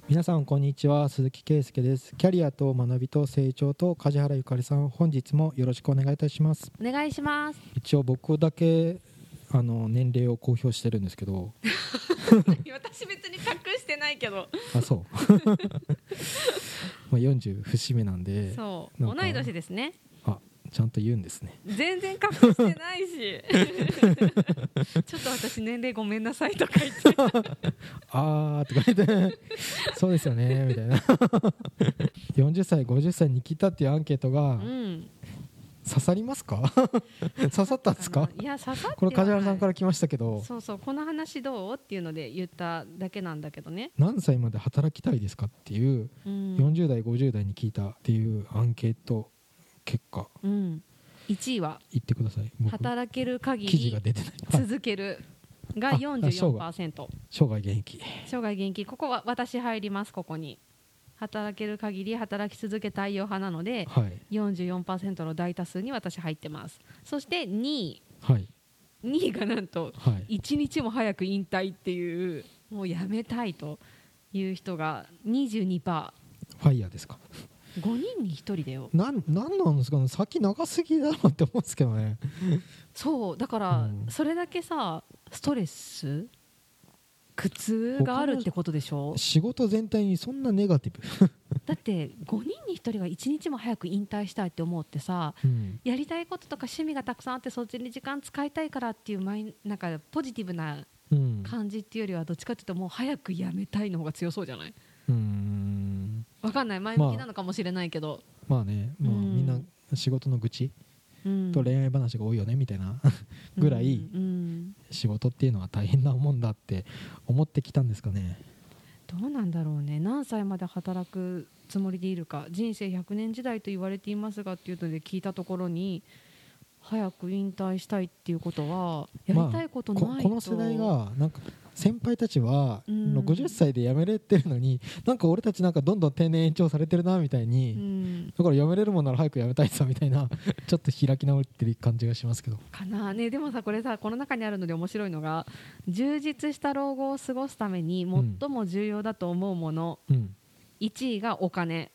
皆さんこんにちは、鈴木圭介です。キャリアと学びと成長と梶原ゆかりさん、本日もよろしくお願いいたします。 お願いします。 一応僕だけ年齢を公表してるんですけど私別に隠してないけどあ、そうまあ40節目なんで、 そうなんか同い年ですね。 あ、ちゃんと言うんですね。 全然隠してないしちょっと私年齢ごめんなさいとか言ってあーとか言ってそうですよねみたいな40歳50歳に聞いたっていうアンケートがうん刺さりますか刺さったんですか？ いや刺さってはない。 これ梶原さんから来ましたけど、 そうそう、この話どうっていうので言っただけなんだけどね。 何歳まで働きたいですかっていう、40代50代に聞いたっていうアンケート結果、 1位は言ってください。 働ける限記事がり出てない、 続けるが 44%。 生涯現役。 生涯現役、ここは私入ります。ここに働ける限り働き続けたいよ派なので、 はい、 44% の大多数に私入ってます。そして2位、 はい、 2位がなんとはい、 1日も早く引退っていう、もうやめたいという人が 22%。 ファイヤーですか。 5人に1人だよ。 なんなんですかね、先長すぎだろって思うんですけどね。 そうだからそれだけさ、ストレス苦痛があるってことでしょ。 仕事全体にそんなネガティブだって5人に1人が1日も早く引退したいって思うってさ、やりたいこととか趣味がたくさんあってそっちに時間使いたいからっていうなんかポジティブな感じっていうよりは、どっちかっていうともう早くやめたいの方が強そうじゃない？わかんない、前向きなのかもしれないけど、 まあね、まあ、みんな仕事の愚痴と恋愛話が多いよねみたいなぐらい仕事っていうのは大変なもんだって思ってきたんですかね。 どうなんだろうね。何歳まで働くつもりでいるか。人生100年時代と言われていますがっていうので聞いたところに、早く引退したいっていうことはやりたいことないと、 この世代がなんか先輩たちは50歳で辞めれてるのに、なんか俺たちなんかどんどん定年延長されてるなみたいに、だから辞めれるもんなら早く辞めたいさみたいなちょっと開き直ってる感じがしますけどかな、ね、でもさ、これさ、この中にあるので面白いのが、充実した老後を過ごすために最も重要だと思うもの、1位がお金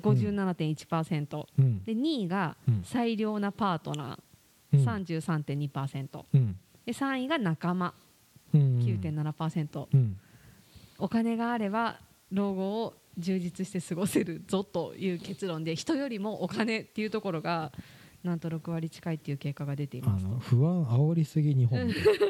57.1%、で2位が最良なパートナー 33.2%、で3位が仲間 9.7%、お金があれば老後を充実して過ごせるぞという結論で、人よりもお金っていうところがなんと6割近いっていう結果が出ています。 不安煽りすぎ日本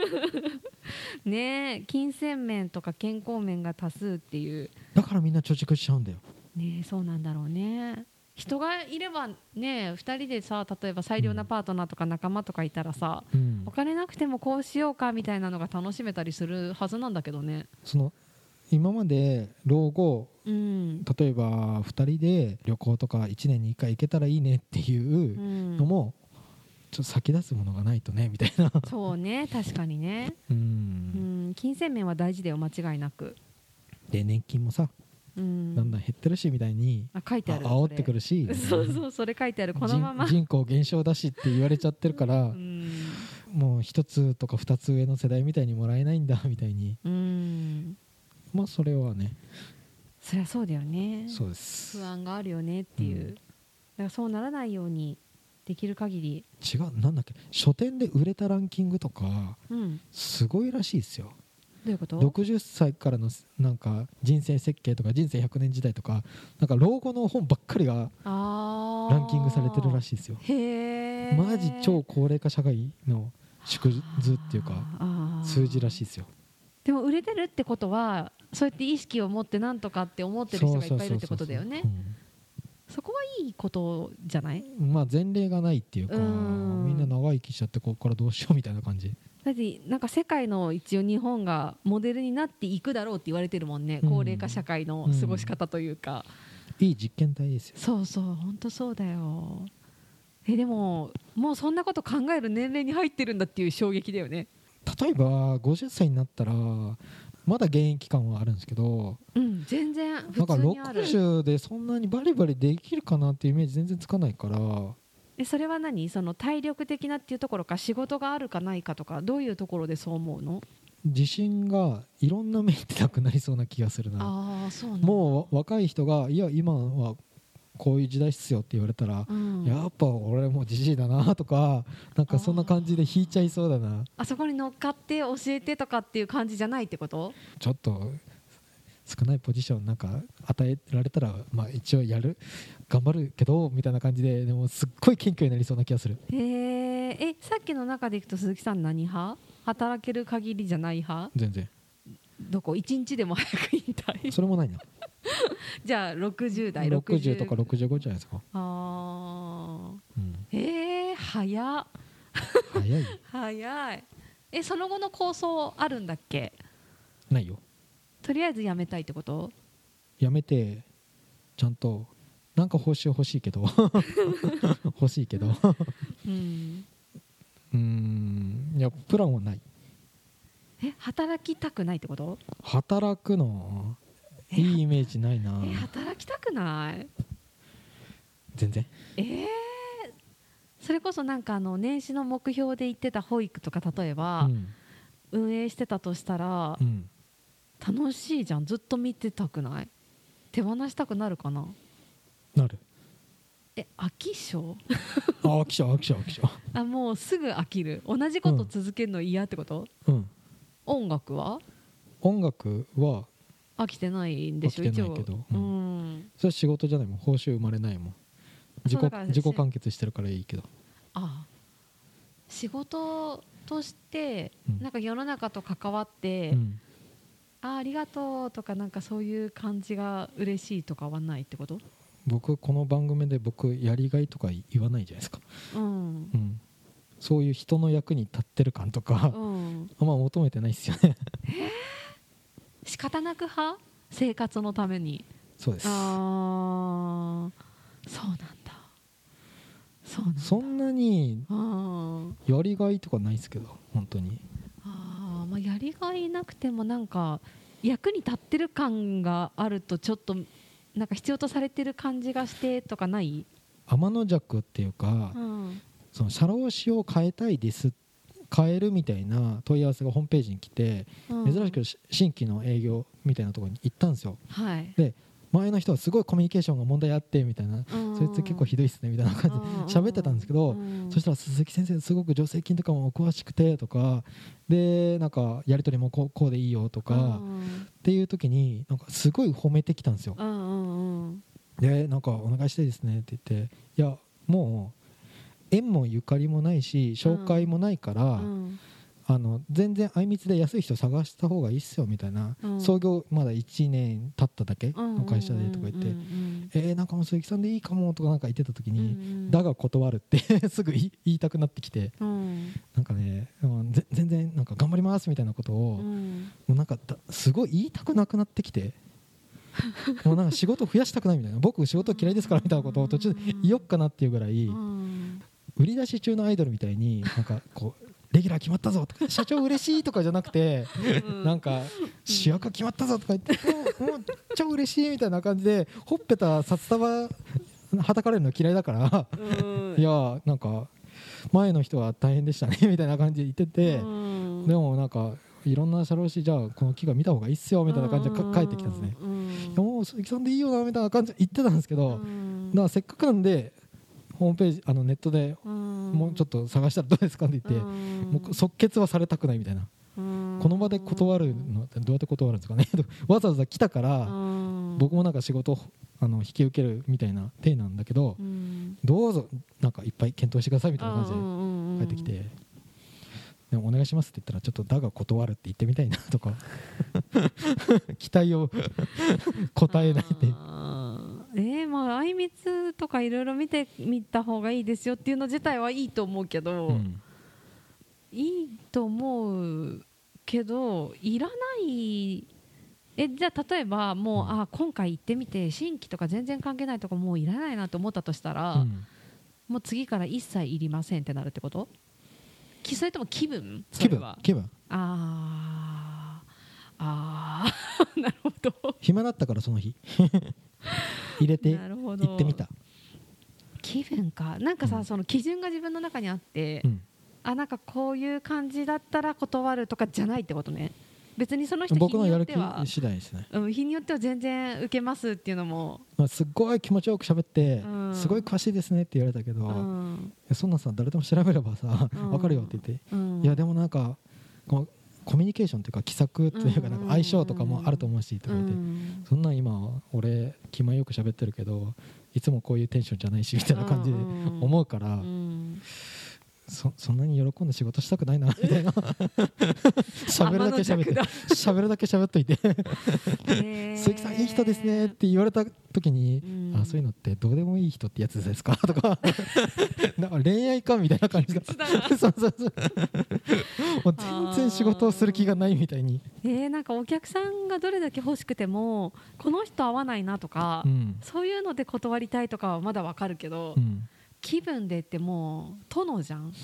ねえ、金銭面とか健康面が多数っていう。 だからみんな貯蓄しちゃうんだよねえ、そうなんだろうね。人がいればね、2人でさ、例えば最良なパートナーとか仲間とかいたらさ、お金なくてもこうしようかみたいなのが楽しめたりするはずなんだけどね。 その今まで老後、例えば2人で旅行とか1年に1回行けたらいいねっていうのも、ちょっと先立つものがないとねみたいなそうね、確かにね。金銭面は大事だよ、間違いなく。 で年金もさ、だんだん減ってるしみたいに書いてある、 煽ってくるしそうそう、それ書いてある。このまま人口減少だしって言われちゃってるからもう一つとか二つ上の世代みたいにもらえないんだみたいに、まあそれはね、 そりゃそうだよね。 そうです、 不安があるよねっていう、だからそうならないようにできる限り。 違う、なんだっけ、書店で売れたランキングとか、すごいらしいですよ。 どういうこと？ 60 歳からのなんか人生設計とか人生100年時代とか、なんか老後の本ばっかりがランキングされてるらしいですよ。 へー、 マジ超高齢化社会の縮図っていうか数字らしいですよ。 でも売れてるってことは、そうやって意識を持ってなんとかって思ってる人がいっぱいいるってことだよね。そこはいいことじゃない？ まあ前例がないっていうか、みんな長生きしちゃってここからどうしようみたいな感じだって。なんか世界の一応日本がモデルになっていくだろうって言われてるもんね、高齢化社会の過ごし方というか、 いい実験体ですよ。 そうそう、本当そうだよ。でももうそんなこと考える年齢に入ってるんだっていう衝撃だよね。 例えば50歳になったらまだ現役感はあるんですけど、 全然普通にある。 なんか60でそんなにバリバリできるかなっていうイメージ全然つかないから。 それは何？その体力的なっていうところか、仕事があるかないかとか、どういうところでそう思うの？ 自信がいろんな面でなくなりそうな気がするな。 あ、そうなんだ。 もう若い人がいや今はこういう時代っすよって言われたら、やっぱ俺もうじじいだなとか、なんかそんな感じで引いちゃいそうだな。 あそこに乗っかって教えてとかっていう感じじゃないってこと？ ちょっと少ないポジションなんか与えられたら、まあ一応やる頑張るけどみたいな感じで、でもすっごい謙虚になりそうな気がする。 さっきの中でいくと鈴木さん何派？働ける限りじゃない派？ 全然。 どこ1日でも早く引退？ それもないな。 じゃあ60代 60とか65じゃないですか。 早っ早い早い。その後の構想あるんだっけ？ ないよ。 とりあえず辞めたいってこと？ 辞めてちゃんとなんか報酬欲しいけど欲しいけどいやプランはない。 働きたくないってこと？ 働くのいいイメージないな。 働きたくない？ 全然。 それこそなんか年始の目標で言ってた保育とか例えば、運営してたとしたら、楽しいじゃん。ずっと見てたくない？手放したくなるかな？ なる。 飽き性？ 飽き性。 もうすぐ飽きる。同じこと続けるの嫌ってこと？音楽は飽きてないんでしょ？ 飽きてないけど、それは仕事じゃないもん。報酬生まれないもん。自己完結してるからいいけど。 仕事としてなんか世の中と関わって、ありがとうとかなんかそういう感じが嬉しいとかはないってこと？ 僕この番組でやりがいとか言わないじゃないですか。そういう人の役に立ってる感とか、求めてないですよね。 仕方なく派？生活のために。 そうです。 そうなんだ。 そんなにやりがいとかないですけど、本当に。 やりがいなくてもなんか役に立ってる感があるとちょっとなんか必要とされてる感じがしてとかない？ 天の弱っていうか、その社労士を変えたいです、変えるみたいな問い合わせがホームページに来て、珍しく新規の営業みたいなところに行ったんですよ。で前の人はすごいコミュニケーションが問題あってみたいな、そいつ結構ひどいっすねみたいな感じで喋ってたんですけど、そしたら鈴木先生すごく助成金とかもお詳しくてとかで、なんかやり取りもこうでいいよとかっていう時になんかすごい褒めてきたんですよ。でなんかお願いしたいですねって言って、いやもう縁もゆかりもないし紹介もないから、全然あいみつで安い人探した方がいいっすよみたいな、創業まだ1年経っただけの会社でとか言って、なんかもう鈴木さんでいいかもとかなんか言ってた時に、だが断るってすぐ言いたくなってきて、なんかね全然なんか頑張りますみたいなことを、もうなんかすごい言いたくなくなってきてもうなんか仕事増やしたくないみたいな、僕仕事嫌いですからみたいなことを途中で言おっかなっていうぐらい、売り出し中のアイドルみたいになんかこうレギュラー決まったぞとか社長嬉しいとかじゃなくてなんか主役決まったぞとか言ってもう超嬉しいみたいな感じでほっぺた札束はたかれるの嫌いだからいやなんか前の人は大変でしたねみたいな感じで言ってて、でもなんかいろんな社労士じゃあこの企画見た方がいいっすよみたいな感じで帰ってきたんですね。もう鈴木さんでいいよなみたいな感じで言ってたんですけど、だからせっかくなんでホームページネットでもうちょっと探したらどうですかって言って、もう即決はされたくないみたいな、この場で断るのってどうやって断るんですかねわざわざ来たから僕もなんか仕事引き受けるみたいな体なんだけど、どうぞなんかいっぱい検討してくださいみたいな感じで帰ってきて、でもお願いしますって言ったらちょっとだが断るって言ってみたいなとか期待を答えないであいみつとかいろいろ見てみた方がいいですよっていうの自体はいいと思うけど、いいと思うけどいらない。じゃあ例えばもう、今回行ってみて新規とか全然関係ないとこもういらないなと思ったとしたら、もう次から一切いりませんってなるってこと？それとも気分？ 気分なるほど暇だったからその日入れて行ってみた。 気分か。なんかさ、その基準が自分の中にあって、 なんかこういう感じだったら断るとかじゃないってことね。別にその人僕のやる気次第ですね、 日によっては全然受けますっていうのも、 すっごい気持ちよく喋って、すごい詳しいですねって言われたけど、そんなさ誰でも調べればさ分かるよって言って、いやでもなんかコミュニケーションというか気さくというか、なんか相性とかもあると思うしって言われて、そんなん今俺気前よく喋ってるけどいつもこういうテンションじゃないしみたいな感じで思うから、そんなに喜んで仕事したくないなみたいな喋るだけ喋って喋るだけ喋っといて鈴木さんいい人ですねって言われた時に、そういうのってどうでもいい人ってやつですかとかなんか恋愛かみたいな感じだそうもう全然仕事をする気がないみたいに、 なんかお客さんがどれだけ欲しくてもこの人合わないなとか、そういうので断りたいとかはまだわかるけど、気分でってもう殿じゃん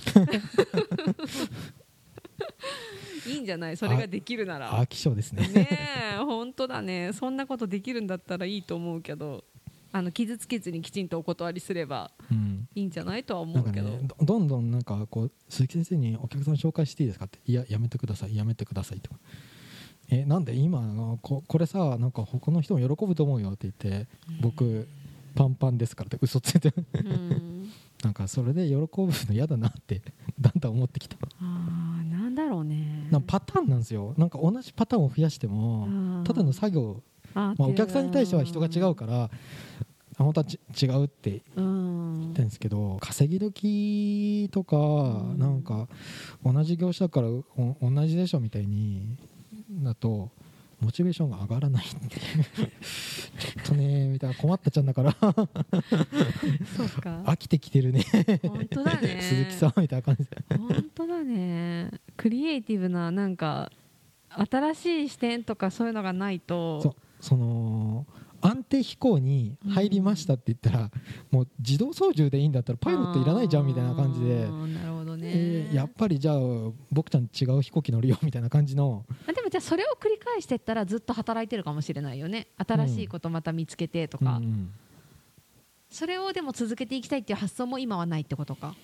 いいんじゃない、それができるなら。 飽き性ですね。 ねえ本当だね、そんなことできるんだったらいいと思うけど、傷つけずにきちんとお断りすればいいんじゃないとは思うけど、 なんかね、どんどんなんかこう鈴木先生にお客さん紹介していいですかって、いややめてくださいやめてくださいとか、なんで今これさなんか他の人も喜ぶと思うよって言って、僕パンパンですからって嘘ついてなんかそれで喜ぶの嫌だなってだんだん思ってきた。 なんだろうね、 なんかパターンなんですよ。なんか同じパターンを増やしてもただの作業、お客さんに対しては人が違うから本当は違うって言ってるんですけど、稼ぎ時とかなんか同じ業種だから同じでしょみたいにだとモチベーションが上がらないってちょっとねみたいな、困ったちゃんだからそうか飽きてきてるね本当だね鈴木さんみたいな感じで本当だね、クリエイティブななんか新しい視点とかそういうのがないと、 その安定飛行に入りましたって言ったら、もう自動操縦でいいんだったらパイロットいらないじゃんみたいな感じで、 なるほどね、 やっぱりじゃあ僕ちゃん違う飛行機乗るよみたいな感じの。 でもじゃあそれを繰り返していったらずっと働いてるかもしれないよね、新しいことまた見つけてとか、それをでも続けていきたいっていう発想も今はないってことか。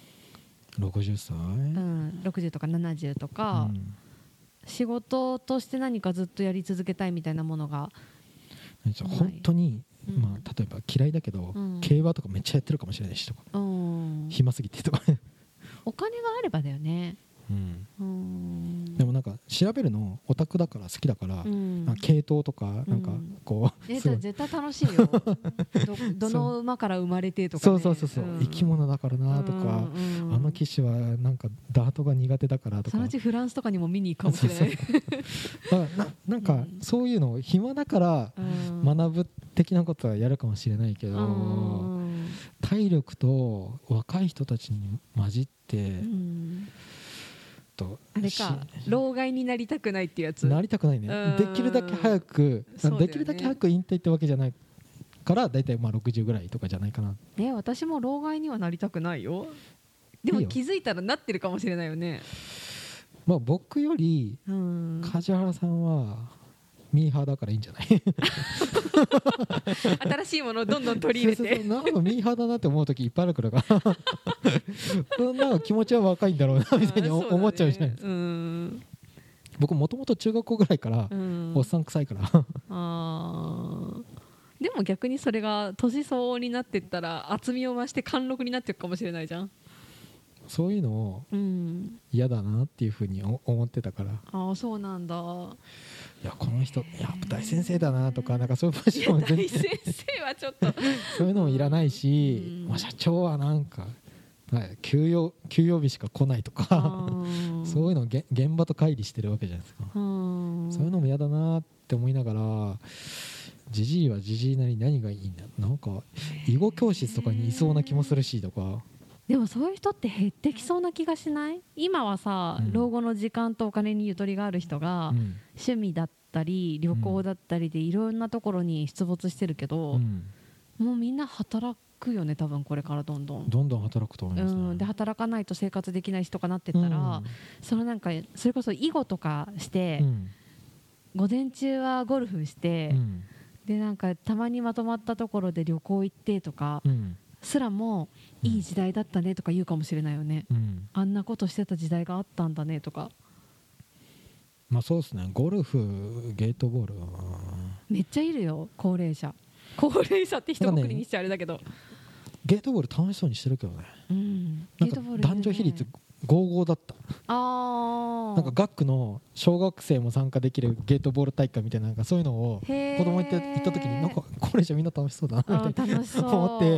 60歳、 60とか70とか、仕事として何かずっとやり続けたいみたいなものが本当に、例えば嫌いだけど、競馬とかめっちゃやってるかもしれないしとか、暇すぎてとかお金があればだよね。 でもなんか調べるのオタクだから好きだから、系統とかなんかこう、 絶対楽しいよどの馬から生まれてとか、ね、 そう生き物だからなとか、あの騎士はなんかダートが苦手だからとか、 そのうちフランスとかにも見に行くかもしれないだからなんかそういうのを暇だから学ぶ的なことはやるかもしれないけど、体力と若い人たちに混じって、 あれか、老害になりたくないっていうやつ、 なりたくないね。できるだけ早く、できるだけ早く引退ってわけじゃないからだいたい60ぐらいとかじゃないかな。 私も老害にはなりたくないよ。でも気づいたらなってるかもしれないよね。 僕より梶原さんはミーハーだからいいんじゃない新しいものをどんどん取り入れてなんかミーハーだなって思う時いっぱいあるからなんか気持ちは若いんだろうなみたいに思っちゃうじゃないですか。僕もともと中学校ぐらいからおっさん臭いからでも逆にそれが年相応になっていったら厚みを増して貫禄になっていくかもしれないじゃん。 そういうのを嫌だなっていうふうに思ってたから、 そうなんだ。 いやこの人やっぱ大先生だなとか、なんかそういうポジションも大先生はちょっとそういうのもいらないし、社長はなんか休養日しか来ないとかそういうの現場と乖離してるわけじゃないですか。そういうのも嫌だなって思いながら、ジジイはジジイなり何がいいんだ、なんか囲碁教室とかにいそうな気もするしとか。 でもそういう人って減ってきそうな気がしない？今はさ、老後の時間とお金にゆとりがある人が、趣味だったり旅行だったりでいろんなところに出没してるけど、もうみんな働くよね多分これからどんどん働くと思いますね。 で働かないと生活できない人がなってったら、そのなんかそれこそ囲碁とかして、午前中はゴルフして、でなんかたまにまとまったところで旅行行ってとか、 すらもいい時代だったねとか言うかもしれないよね、あんなことしてた時代があったんだねとか。 まあそうですね。ゴルフ、ゲートボールはめっちゃいるよ、高齢者って一括りにしちゃあれだけど、 ゲートボール楽しそうにしてるけどね、なんか男女比率55だった。なんか学区の小学生も参加できるゲートボール大会みたいな、なんかそういうのを子供行った時に、なんか高齢者みんな楽しそうだなみたいな思って、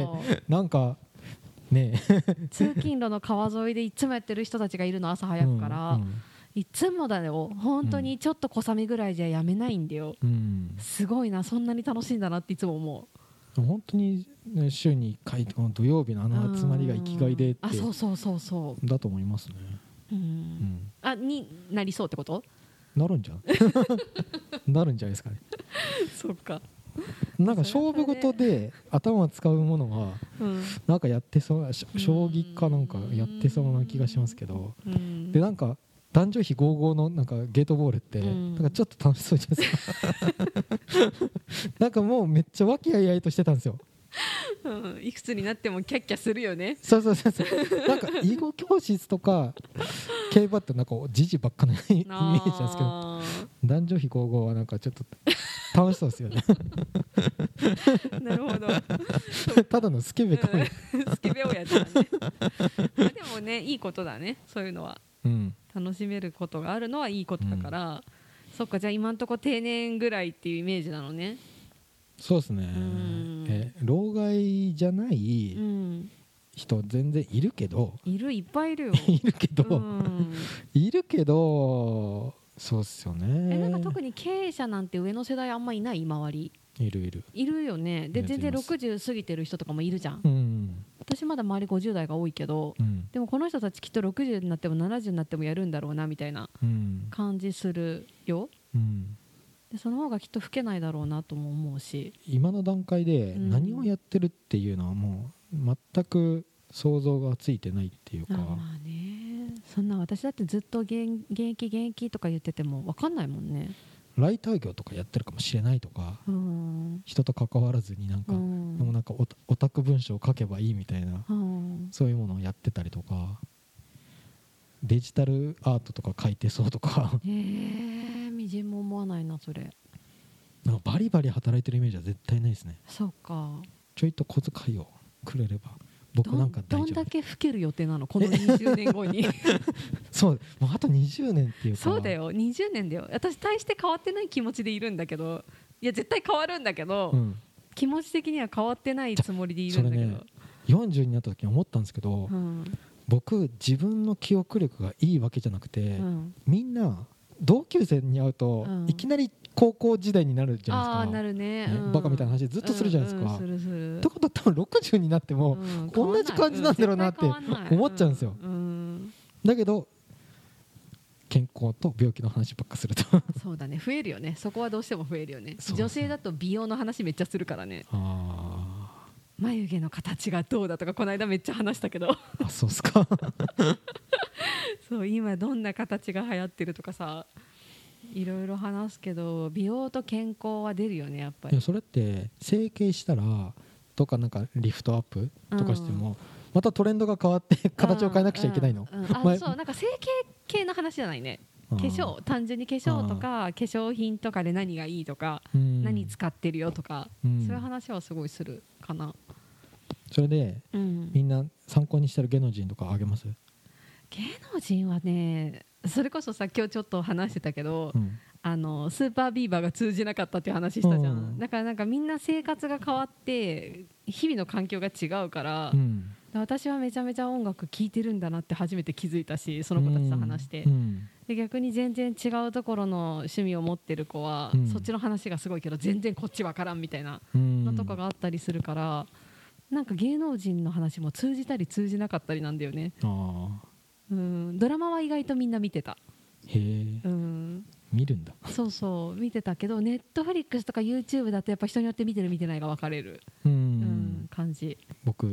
なんかね通勤路の川沿いでいつもやってる人たちがいるの、朝早くから、いつもだよ、本当にちょっと小雨ぐらいじゃやめないんだよ、すごいな、そんなに楽しいんだなっていつも思う。 本当に、ね、週に1回土曜日の集まりが生きがいでって、 そうだと思いますね。 になりそうってこと？ なるんじゃなるんじゃないですかね。 そうか。 なんか勝負事で頭を使うものはなんかやってそう、将棋かなんかやってそうな気がしますけど、でなんか男女比55のなんかゲートボールってなんかちょっと楽しそうじゃないですかなんかもうめっちゃ和気あいあいとしてたんですよ。 いくつになってもキャッキャするよね。 そうなんか囲碁教室とか競馬ってなんか時事ばっかのイメージなんですけど、男女比55はなんかちょっと楽しそうですよねなるほどただのスケベかもスケベ親だねでもね、いいことだね、そういうのは、楽しめることがあるのはいいことだから、そっか、じゃあ今んとこ定年ぐらいっていうイメージなのね。 そうですね、老害じゃない人全然いるけど、 いっぱいいるよいるけど、そうっすよね。 なんか特に経営者なんて上の世代あんまいない？周りいるよね。で全然60過ぎてる人とかもいるじゃん、私まだ周り50代が多いけど、でもこの人たちきっと60になっても70になってもやるんだろうなみたいな感じするよ、でその方がきっと老けないだろうなとも思うし、 今の段階で何をやってるっていうのはもう全く想像がついてないっていうか、 まあね、そんな私だってずっと現役とか言ってても分かんないもんね。 ライター業とかやってるかもしれないとか、人と関わらずになんか、でもなんかオタク文章を書けばいいみたいな、そういうものをやってたりとか、デジタルアートとか書いてそうとかみじんも思わないなそれ。 なんかバリバリ働いてるイメージは絶対ないですね。 そうか。 ちょいと小遣いをくれれば僕なんか大丈夫。 どんだけ老ける予定なのこの20年後にそうもうあと20年っていうか、 そうだよ20年だよ。私大して変わってない気持ちでいるんだけど、いや絶対変わるんだけど、気持ち的には変わってないつもりでいるんだけど、それね 40になった時に思ったんですけど、僕自分の記憶力がいいわけじゃなくて、みんな同級生に会うと、いきなり高校時代になるじゃないですか。 なるね、 バカみたいな話ずっとするじゃないですか。 するってことは多分60になっても、同じ感じなんだろうなって思っちゃうんですよ、だけど健康と病気の話ばっかするとそうだね、増えるよね。そこはどうしても増えるよね。女性だと美容の話めっちゃするからね。眉毛の形がどうだとかこの間めっちゃ話したけどそうっすかそう今どんな形が流行ってるとかさ、いろいろ話すけど、美容と健康は出るよねやっぱり。 それって整形したらとかなんかリフトアップとかしても、またトレンドが変わって形を変えなくちゃいけないの。 そうなんか整形系の話じゃないね。単純に化粧とか化粧品とかで何がいいとか、何使ってるよとか、そういう話はすごいするかな。 それで、みんな参考にしてる芸能人とかあげます？ 芸能人はね、それこそさ今日ちょっと話してたけど、スーパービーバーが通じなかったっていう話したじゃん、だからなんかみんな生活が変わって日々の環境が違うから、私はめちゃめちゃ音楽聴いてるんだなって初めて気づいたし、その子たちと話して、で逆に全然違うところの趣味を持ってる子は、そっちの話がすごいけど全然こっちわからんみたいなのとかがあったりするから、なんか芸能人の話も通じたり通じなかったりなんだよね。ドラマは意外とみんな見てた。 へえ、見るんだ。 そうそう見てたけど、ネットフリックスとか YouTube だとやっぱ人によって見てる見てないが分かれる感じ。 僕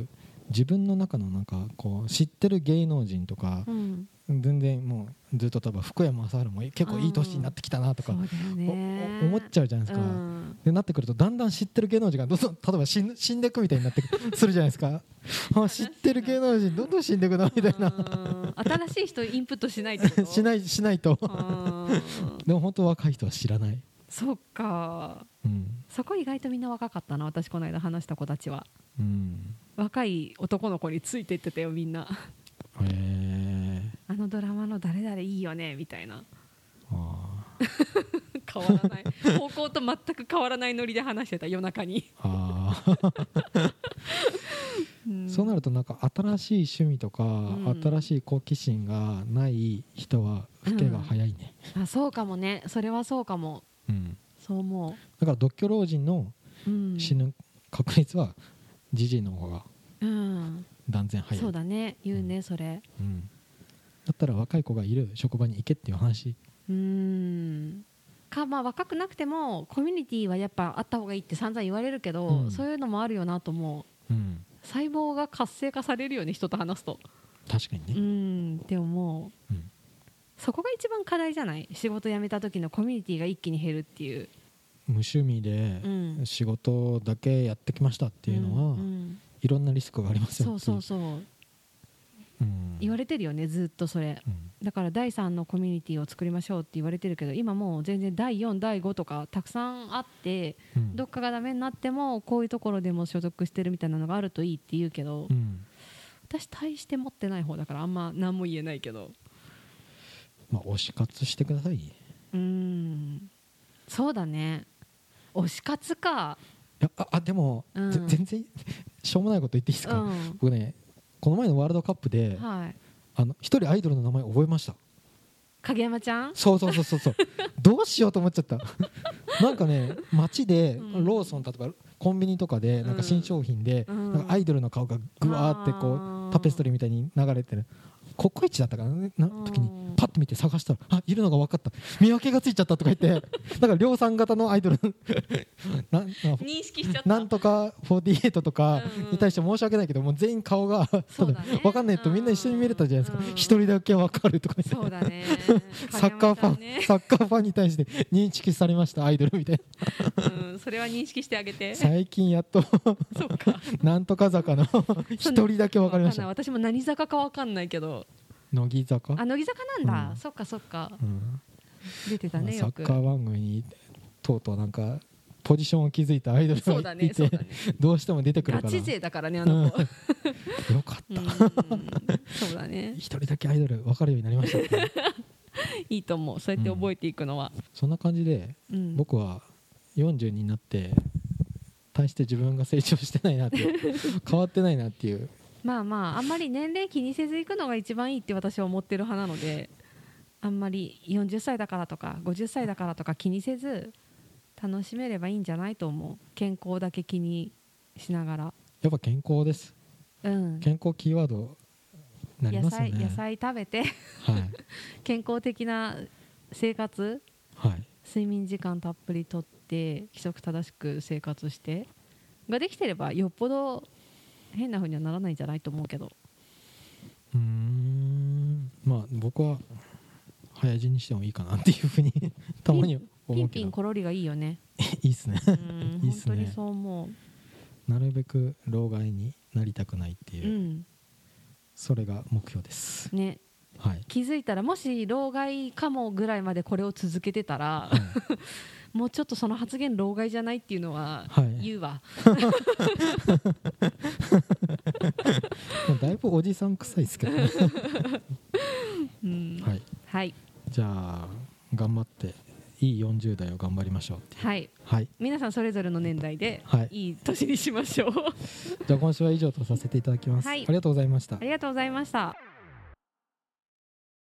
自分の中のなんかこう知ってる芸能人とか、全然もうずっと多分福山雅治も結構いい年になってきたなとか、思っちゃうじゃないですか、でなってくるとだんだん知ってる芸能人がどんどん例えば死んでいくみたいになってするじゃないですか知ってる芸能人どんどん死んでいくなみたいな新しい人インプットしないってことしないとでも本当若い人は知らない。 そっか、そこ意外とみんな若かったな。私この間話した子たちは、若い男の子についていってたよみんなあのドラマの誰々いいよねみたいな変わらない高校と全く変わらないノリで話してた夜中にそうなるとなんか新しい趣味とか、新しい好奇心がない人は老けが早いね、 そうかもね。それはそうかも、そう思う。 だから独居老人の死ぬ確率はじじいの方が断然早い、 そうだね、言うね、それ、 だったら若い子がいる職場に行けっていう話か、まあ若くなくてもコミュニティはやっぱあった方がいいって散々言われるけど、そういうのもあるよなと思う、細胞が活性化されるよね、人と話すと。 確かにね、 って思う、そこが一番課題じゃない？仕事辞めた時のコミュニティが一気に減るっていう。 無趣味で仕事だけやってきましたっていうのは、いろんなリスクがありますよ。 そう言われてるよね、ずっとそれ、だから第3のコミュニティを作りましょうって言われてるけど、今もう全然第4第5とかたくさんあって、どっかがダメになってもこういうところでも所属してるみたいなのがあるといいって言うけど、私大して持ってない方だからあんま何も言えないけど、 まあ推し活してください。 そうだね、推し活か。 いやでも、全然しょうもないこと言っていいですか、僕ねこの前のワールドカップで一人アイドルの名前覚えました。 影山ちゃん。 そうどうしようと思っちゃったなんかね街でローソン、例えばコンビニとかでなんか新商品でなんかアイドルの顔がグワーってこうタペストリーみたいに流れてるココイチだったかな時にパッと見て探したらいるのが分かった、見分けがついちゃったとか言ってだから量産型のアイドル認識しちゃった。 なんとか48とかに対して申し訳ないけど、もう全員顔が分かんないとみんな一緒に見れたじゃないですか。一人だけ分かるとか言って、 そうだねサッカーファンに対して認識されましたアイドルみたいな、それは認識してあげて。 最近やっとそうかなんとか坂の一人だけ分かりました。 私も何坂か分かんないけど、 乃木坂乃木坂なんだ、そっか、出てたねよく。 サッカー番組にとうとうなんかポジションを築いたアイドルがいて、どうしても出てくるからガチ勢だからね、あの子よかったそうだね、 一人だけアイドル分かるようになりましたねいいと思う、そうやって覚えていくのは、 そんな感じで、僕は40になって大して自分が成長してないなって変わってないなっていう、 まああんまり年齢気にせずいくのが一番いいって私は思ってる派なので、あんまり40歳だからとか50歳だからとか気にせず楽しめればいいんじゃないと思う。健康だけ気にしながら。 やっぱ健康です、健康キーワードなりますよね。 野菜食べて健康的な生活、睡眠時間たっぷりとって規則正しく生活してができてればよっぽど変な風にはならないんじゃないと思うけど。 まあ僕は早死にしてもいいかなっていうふうにたまに思うけど、 ピンピンコロリがいいよねいいっすねいいっすね、 本当にそう思う。なるべく老害になりたくないっていう、それが目標ですね。気づいたらもし老害かもぐらいまでこれを続けてたら、もうちょっとその発言老害じゃないっていうのは言うわ、 だいぶおじさん臭いですけどねじゃあ頑張っていい40代を頑張りましょうって皆さんそれぞれの年代でいい年にしましょうじゃあ今週は以上とさせていただきます、ありがとうございました。 ありがとうございました。